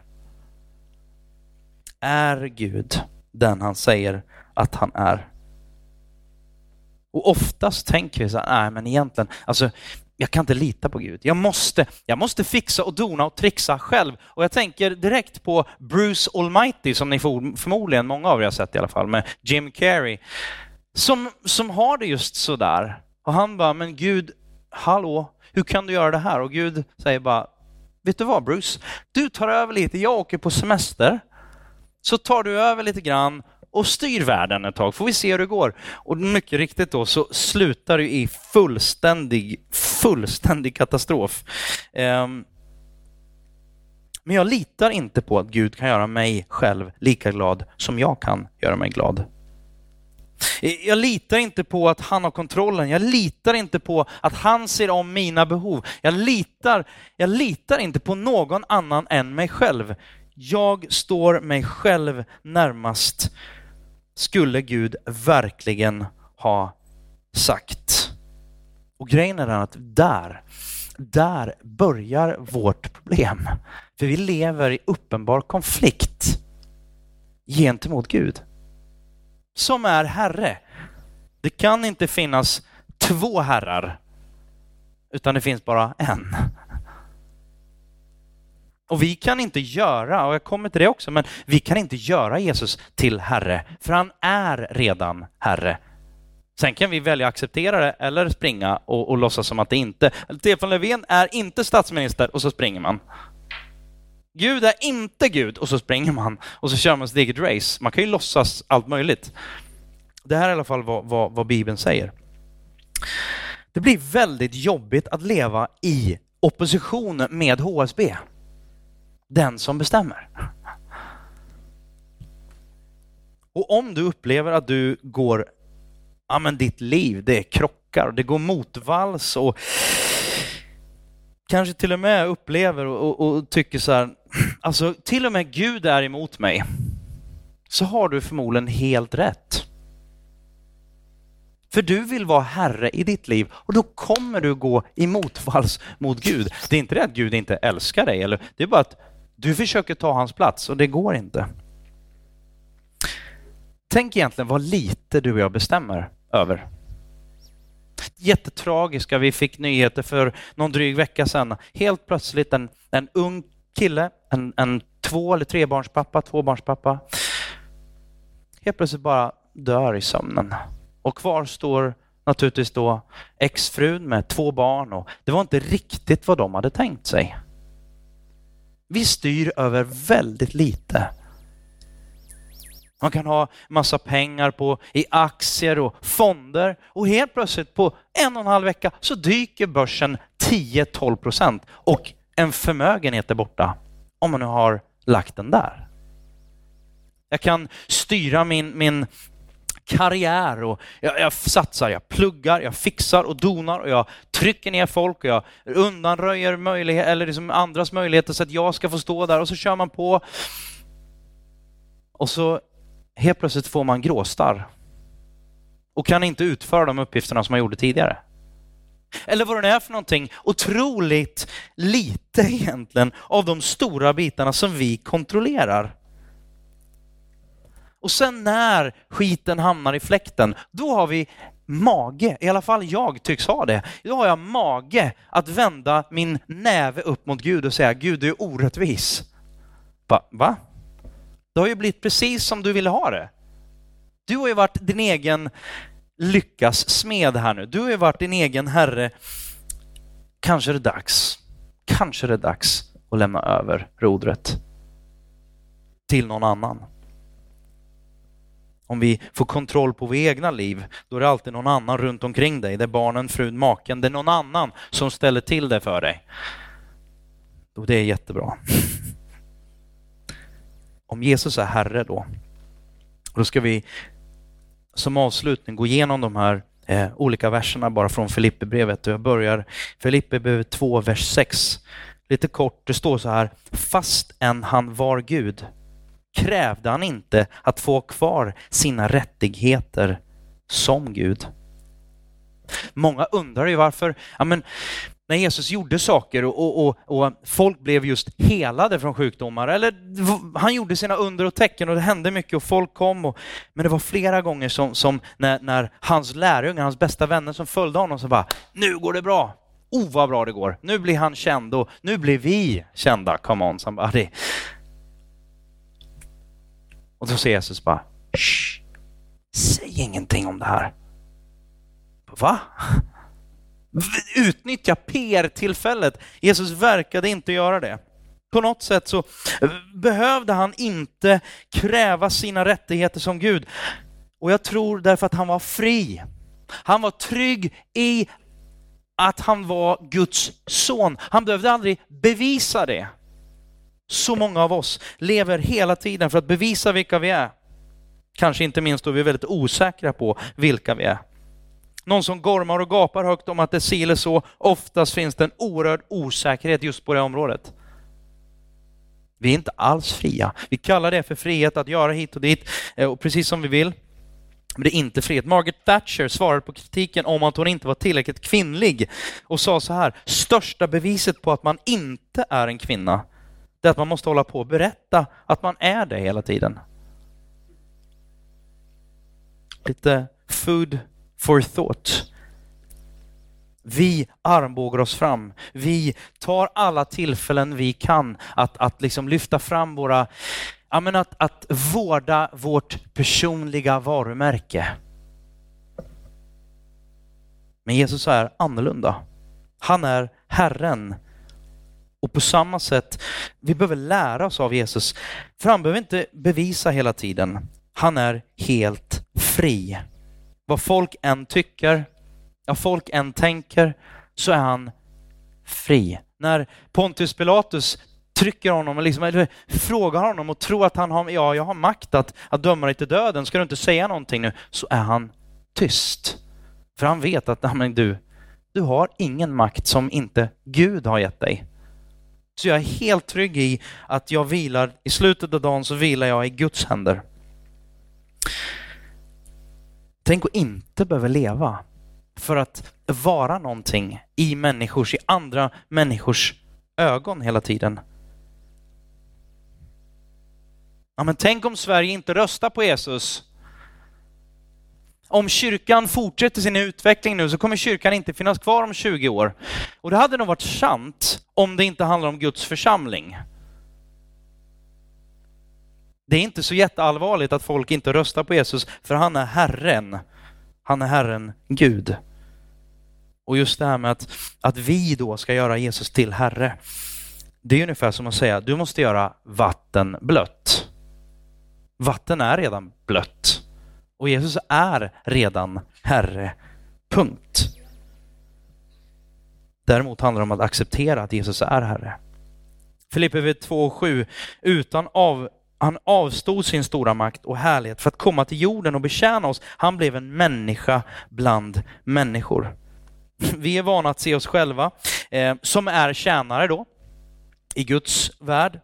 Är Gud den han säger att han är? Och oftast tänker vi så här, nej men egentligen, alltså jag kan inte lita på Gud. Jag måste, jag måste fixa och dona och trixa själv. Och jag tänker direkt på Bruce Almighty, som ni förmodligen, många av er har sett i alla fall, med Jim Carrey. Som, som har det just så där. Och han bara, men Gud, hallå, hur kan du göra det här? Och Gud säger bara, vet du vad Bruce? Du tar över lite, jag åker på semester. Så tar du över lite grann och styr världen ett tag. Får vi se hur det går. Och mycket riktigt då så slutar det i fullständig, fullständig katastrof. Um, men jag litar inte på att Gud kan göra mig själv lika glad som jag kan göra mig glad. Jag litar inte på att han har kontrollen. Jag litar inte på att han ser om mina behov. Jag litar, jag litar inte på någon annan än mig själv. Jag står mig själv närmast. Skulle Gud verkligen ha sagt. Och grejen är att där, där börjar vårt problem. För vi lever i uppenbar konflikt gentemot Gud. Som är herre. Det kan inte finnas två herrar. Utan det finns bara en. Och vi kan inte göra, och jag kommer till det också, men vi kan inte göra Jesus till herre. För han är redan herre. Sen kan vi välja att acceptera det eller springa och, och låtsas som att det inte. Stefan Löfven är inte statsminister och så springer man. Gud är inte Gud och så springer man. Och så kör man sitt eget race. Man kan ju låtsas allt möjligt. Det här är i alla fall vad, vad, vad Bibeln säger. Det blir väldigt jobbigt att leva i opposition med H S B. Den som bestämmer. Och om du upplever att du går, ja men ditt liv, det är krockar, det går motvalls och kanske till och med upplever och, och, och tycker så här, alltså till och med Gud är emot mig, så har du förmodligen helt rätt. För du vill vara herre i ditt liv och då kommer du gå emotvalls mot Gud. Det är inte det att Gud inte älskar dig, eller det är bara att du försöker ta hans plats och det går inte. Tänk egentligen vad lite du och jag bestämmer över. Jättetragiska, vi fick nyheter för någon dryg vecka sedan. Helt plötsligt en, en ung kille, en, en två- eller trebarnspappa, tvåbarnspappa. Helt plötsligt bara dör i sömnen. Och kvar står naturligtvis då exfrun med två barn. Och det var inte riktigt vad de hade tänkt sig. Vi styr över väldigt lite. Man kan ha massa pengar på i aktier och fonder. Och helt plötsligt på en och en halv vecka så dyker börsen tio till tolv procent. Och en förmögenhet är borta. Om man nu har lagt den där. Jag kan styra min, min karriär och jag, jag satsar, jag pluggar, jag fixar och donar och jag trycker ner folk och jag undanröjer möjligheter eller liksom andras möjligheter så att jag ska få stå där och så kör man på. Och så helt plötsligt får man gråstarr och kan inte utföra de uppgifterna som man gjorde tidigare. Eller vad det är för någonting. Otroligt lite egentligen av de stora bitarna som vi kontrollerar. Och sen när skiten hamnar i fläkten, då har vi mage, i alla fall jag tycks ha det. Då har jag mage att vända min näve upp mot Gud och säga, Gud, du är orättvis. Va? Va? Det har ju blivit precis som du ville ha det. Du har ju varit din egen lyckas smed här nu. Du har ju varit din egen herre. Kanske är det dags. Kanske är det dags att lämna över rodret till någon annan. Om vi får kontroll på våra egna liv, då är det alltid någon annan runt omkring dig. Det är barnen, frun, maken. Det är någon annan som ställer till det för dig. Och det är jättebra. Om Jesus är herre då, då ska vi som avslutning gå igenom de här eh, olika verserna bara från Filippibrevet. Jag börjar Filippibrevet två, vers sex. Lite kort, det står så här: fast än han var Gud krävde han inte att få kvar sina rättigheter som Gud. Många undrar ju varför, ja men, när Jesus gjorde saker och, och, och, och folk blev just helade från sjukdomar, eller han gjorde sina under och tecken och det hände mycket och folk kom, och, men det var flera gånger som, som när, när hans lärjungar, hans bästa vänner som följde honom, så bara, nu går det bra. Oh vad bra det går. Nu blir han känd och nu blir vi kända. Come on somebody. Och så säger Jesus bara, shh, säg ingenting om det här. Va? Utnyttja P R-tillfället. Jesus verkade inte göra det. På något sätt så behövde han inte kräva sina rättigheter som Gud. Och jag tror därför att han var fri. Han var trygg i att han var Guds son. Han behövde aldrig bevisa det. Så många av oss lever hela tiden för att bevisa vilka vi är. Kanske inte minst då vi är väldigt osäkra på vilka vi är. Någon som gormar och gapar högt om att det är si eller så. Oftast finns det en oerhörd osäkerhet just på det området. Vi är inte alls fria. Vi kallar det för frihet att göra hit och dit. Och precis som vi vill. Men det är inte frihet. Margaret Thatcher svarade på kritiken om att hon inte var tillräckligt kvinnlig. Och sa så här: största beviset på att man inte är en kvinna, det är att man måste hålla på och berätta att man är det hela tiden. Lite food for thought. Vi armbågar oss fram. Vi tar alla tillfällen vi kan att, att liksom lyfta fram våra, ja men att, att vårda vårt personliga varumärke. Men Jesus är annorlunda. Han är Herren. Och på samma sätt, vi behöver lära oss av Jesus. För han behöver inte bevisa hela tiden. Han är helt fri. Vad folk än tycker, vad folk än tänker, så är han fri. När Pontius Pilatus trycker honom och liksom, eller frågar honom och tror att han har, ja, jag har makt att, att döma dig till döden, ska du inte säga någonting nu? Så är han tyst. För han vet att nej, men du, du har ingen makt som inte Gud har gett dig. Så jag är helt trygg i att jag vilar, i slutet av dagen så vilar jag i Guds händer. Tänk att inte behöva leva för att vara någonting i människors, i andra människors ögon hela tiden. Ja, men tänk om Sverige inte röstar på Jesus. Om kyrkan fortsätter sin utveckling nu så kommer kyrkan inte finnas kvar om tjugo år. Och det hade nog varit sant om det inte handlar om Guds församling. Det är inte så jätteallvarligt att folk inte röstar på Jesus, för han är Herren. Han är Herren Gud. Och just det här med att, att vi då ska göra Jesus till Herre. Det är ungefär som att säga, du måste göra vatten blött. Vatten är redan blött. Och Jesus är redan Herre. Punkt. Däremot handlar det om att acceptera att Jesus är Herre. Filippibrevet två sju. Utan av, han avstod sin stora makt och härlighet för att komma till jorden och betjäna oss. Han blev en människa bland människor. Vi är vana att se oss själva eh, som är tjänare då i Guds värld.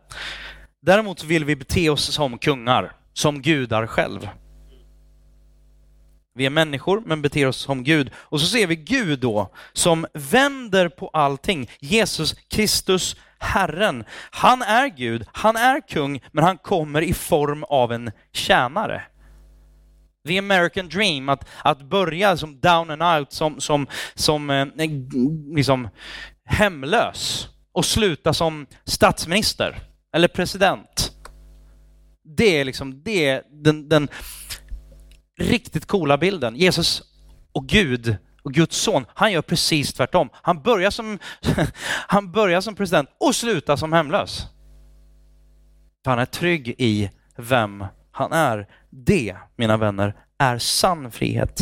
Däremot vill vi bete oss som kungar, som gudar själv. Vi är människor men beter oss som Gud. Och så ser vi Gud då som vänder på allting. Jesus Kristus, Herren. Han är Gud, han är kung, men han kommer i form av en tjänare. The American Dream, att, att börja som down and out, som, som, som eh, liksom hemlös och sluta som statsminister eller president. Det är liksom det är den, den riktigt coola bilden. Jesus och Gud och Guds son, han gör precis tvärtom. Han börjar som han börjar som president och slutar som hemlös. Han är trygg i vem han är. Det, mina vänner, är sann frihet.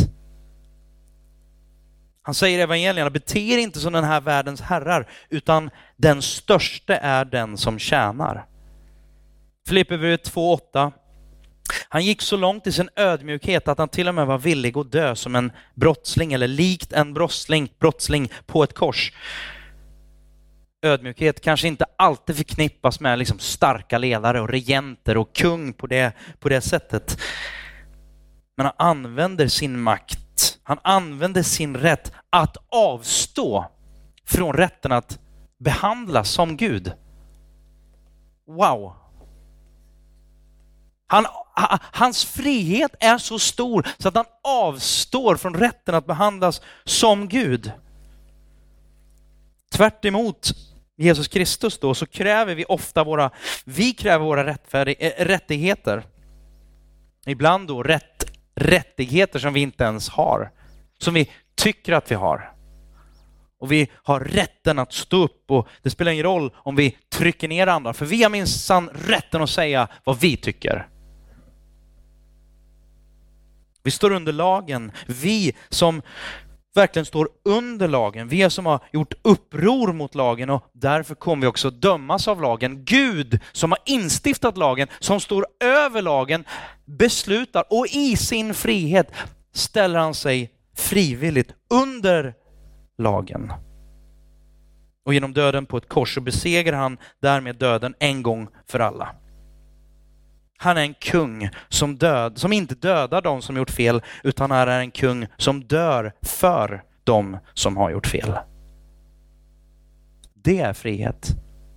Han säger i evangelierna, beter inte som den här världens herrar, utan den störste är den som tjänar. Filipperbrevet två åtta. Han gick så långt i sin ödmjukhet att han till och med var villig att dö som en brottsling, eller likt en brottsling, brottsling på ett kors. Ödmjukhet kanske inte alltid förknippas med liksom starka ledare och regenter och kung på det, på det sättet. Men han använder sin makt, han använder sin rätt att avstå från rätten att behandlas som Gud. Wow! Han, hans frihet är så stor så att han avstår från rätten att behandlas som Gud. Tvärt emot Jesus Kristus då, så kräver vi ofta våra, vi kräver våra rättfärdig, rättigheter. Ibland då rätt, rättigheter som vi inte ens har. Som vi tycker att vi har. Och vi har rätten att stå upp, och det spelar ingen roll om vi trycker ner andra. För vi har minsann rätten att säga vad vi tycker. Vi står under lagen. Vi som verkligen står under lagen. Vi som har gjort uppror mot lagen, och därför kommer vi också dömas av lagen. Gud som har instiftat lagen, som står över lagen, beslutar, och i sin frihet ställer han sig frivilligt under lagen. Och genom döden på ett kors så besegrar han därmed döden en gång för alla. Han är en kung som död, som inte dödar de som gjort fel, utan han är en kung som dör för de som har gjort fel. Det är frihet.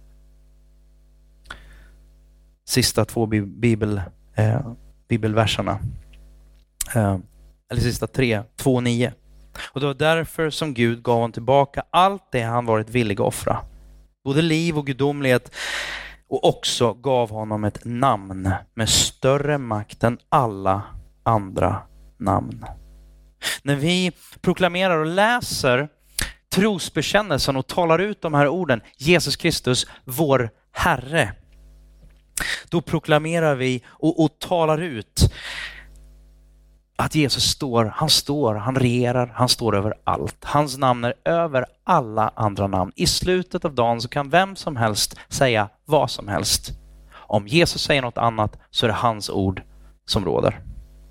Sista två bibel, eh, bibelverserna. Eh, eller sista tre, två och nio. Och det var därför som Gud gav honom tillbaka allt det han varit villig att offra. Både liv och gudomlighet. Och också gav honom ett namn med större makt än alla andra namn. När vi proklamerar och läser trosbekännelsen och talar ut de här orden, Jesus Kristus, vår Herre, då proklamerar vi och, och talar ut att Jesus står, han står, han regerar, han står över allt. Hans namn är över alla andra namn. I slutet av dagen så kan vem som helst säga vad som helst. Om Jesus säger något annat så är det hans ord som råder.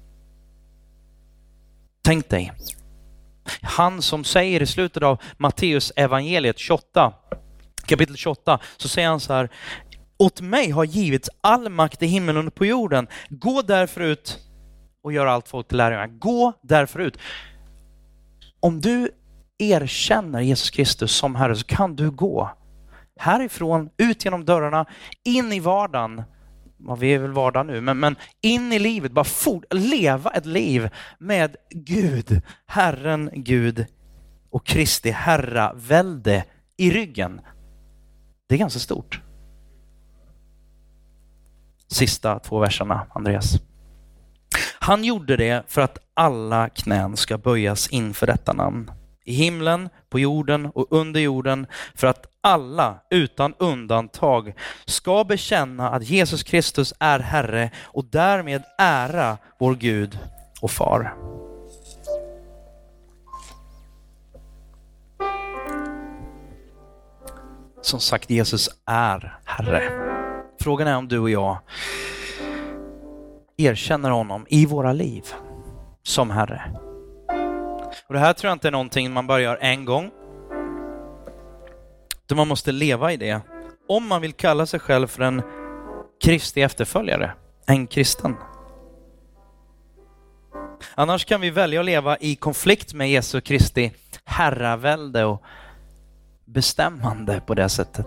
Tänk dig. Han som säger i slutet av Matteus evangeliet tjugoåtta, kapitel tjugoåtta, så säger han så här: åt mig har givits all makt i himmelen och på jorden. Gå därför ut och gör allt folk till lärjungar. Gå därför ut. Om du erkänner Jesus Kristus som Herre så kan du gå härifrån, ut genom dörrarna, in i vardagen. Ja, vi är väl vardag nu, men, men in i livet. Bara fort, leva ett liv med Gud, Herren Gud och Kristi Herra välde i ryggen. Det är ganska stort. Sista två verserna, Andreas. Han gjorde det för att alla knän ska böjas inför detta namn. I himlen, på jorden och under jorden, för att alla utan undantag ska bekänna att Jesus Kristus är Herre och därmed ära vår Gud och Far. Som sagt, Jesus är Herre. Frågan är om du och jag erkänner honom i våra liv som Herre. Och det här tror jag inte är någonting man bara gör en gång. Utan man måste leva i det. Om man vill kalla sig själv för en Kristi efterföljare. En kristen. Annars kan vi välja att leva i konflikt med Jesu Kristi herravälde och bestämmande på det sättet.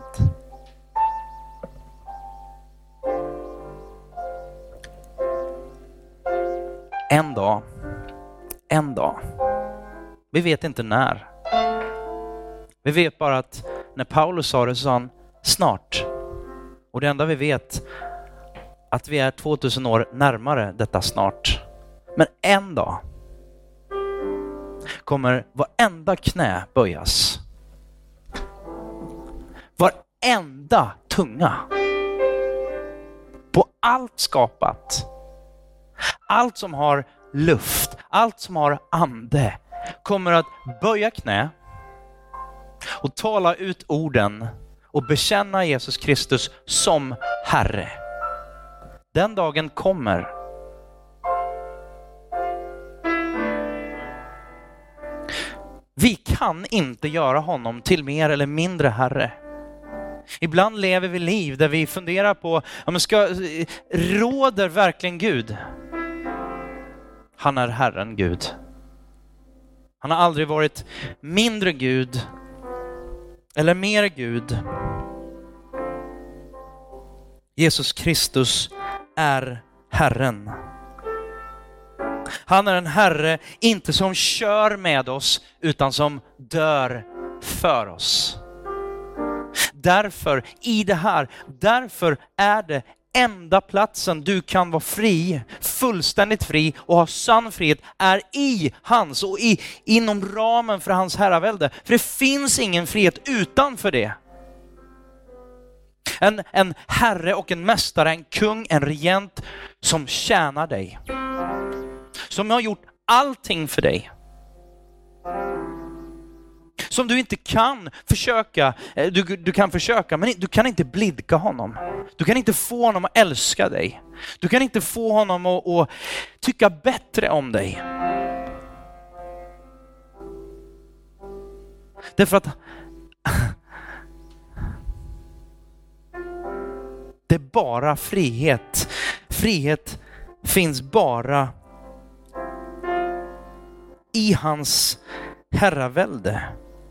En dag, en dag. Vi vet inte när. Vi vet bara att när Paulus sa det så sa han snart. Och det enda vi vet att vi är tvåtusen år närmare detta snart. Men en dag kommer varenda knä böjas. Varenda tunga på allt skapat. Allt som har luft, allt som har ande kommer att böja knä och tala ut orden och bekänna Jesus Kristus som Herre. Den dagen kommer. Vi kan inte göra honom till mer eller mindre Herre. Ibland lever vi liv där vi funderar på, ja, men ska, råder verkligen Gud? Han är Herren Gud. Han har aldrig varit mindre Gud eller mer Gud. Jesus Kristus är Herren. Han är en Herre, inte som kör med oss, utan som dör för oss. Därför, i det här, därför är det enda platsen du kan vara fri, fullständigt fri och ha sann frihet är i hans och i, inom ramen för hans herravälde. För det finns ingen frihet utanför det. En, en herre och en mästare, en kung, en regent som tjänar dig. Som har gjort allting för dig. Som du inte kan försöka, du, du kan försöka, men du kan inte blidka honom. Du kan inte få honom att älska dig. Du kan inte få honom att, att tycka bättre om dig. Därför att det är bara frihet. Frihet finns bara i hans herravälde.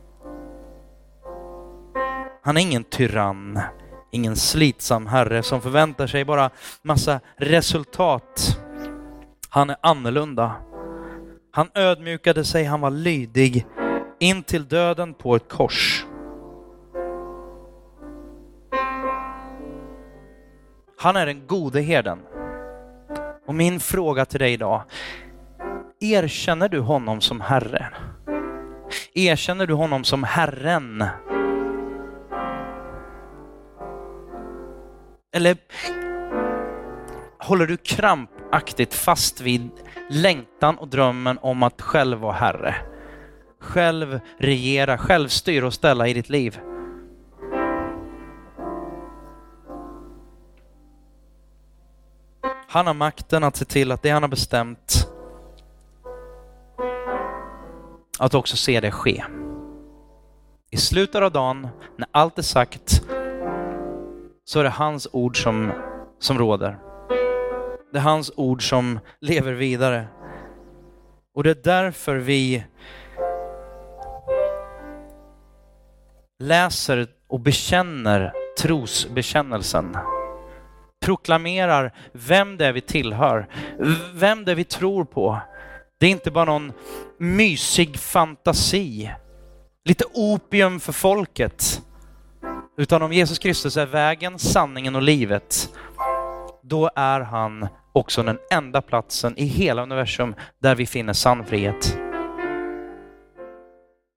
Han är ingen tyrann, ingen slitsam herre som förväntar sig bara massa resultat. Han är annorlunda. Han ödmjukade sig, han var lydig in till döden på ett kors. Han är den gode herden. Och min fråga till dig idag: erkänner du honom som Herre? Erkänner du honom som Herren? Eller håller du krampaktigt fast vid längtan och drömmen om att själv vara Herre? Själv regera, själv styra och ställa i ditt liv? Han har makten att se till att det han har bestämt, att också se det ske. I slutet av dagen, när allt är sagt, så är det hans ord som, som råder. Det är hans ord som lever vidare. Och det är därför vi läser och bekänner trosbekännelsen. Proklamerar vem det är vi tillhör, vem det är vi tror på. Det är inte bara någon mysig fantasi, lite opium för folket. Utan om Jesus Kristus är vägen, sanningen och livet, då är han också den enda platsen i hela universum där vi finner sann frihet.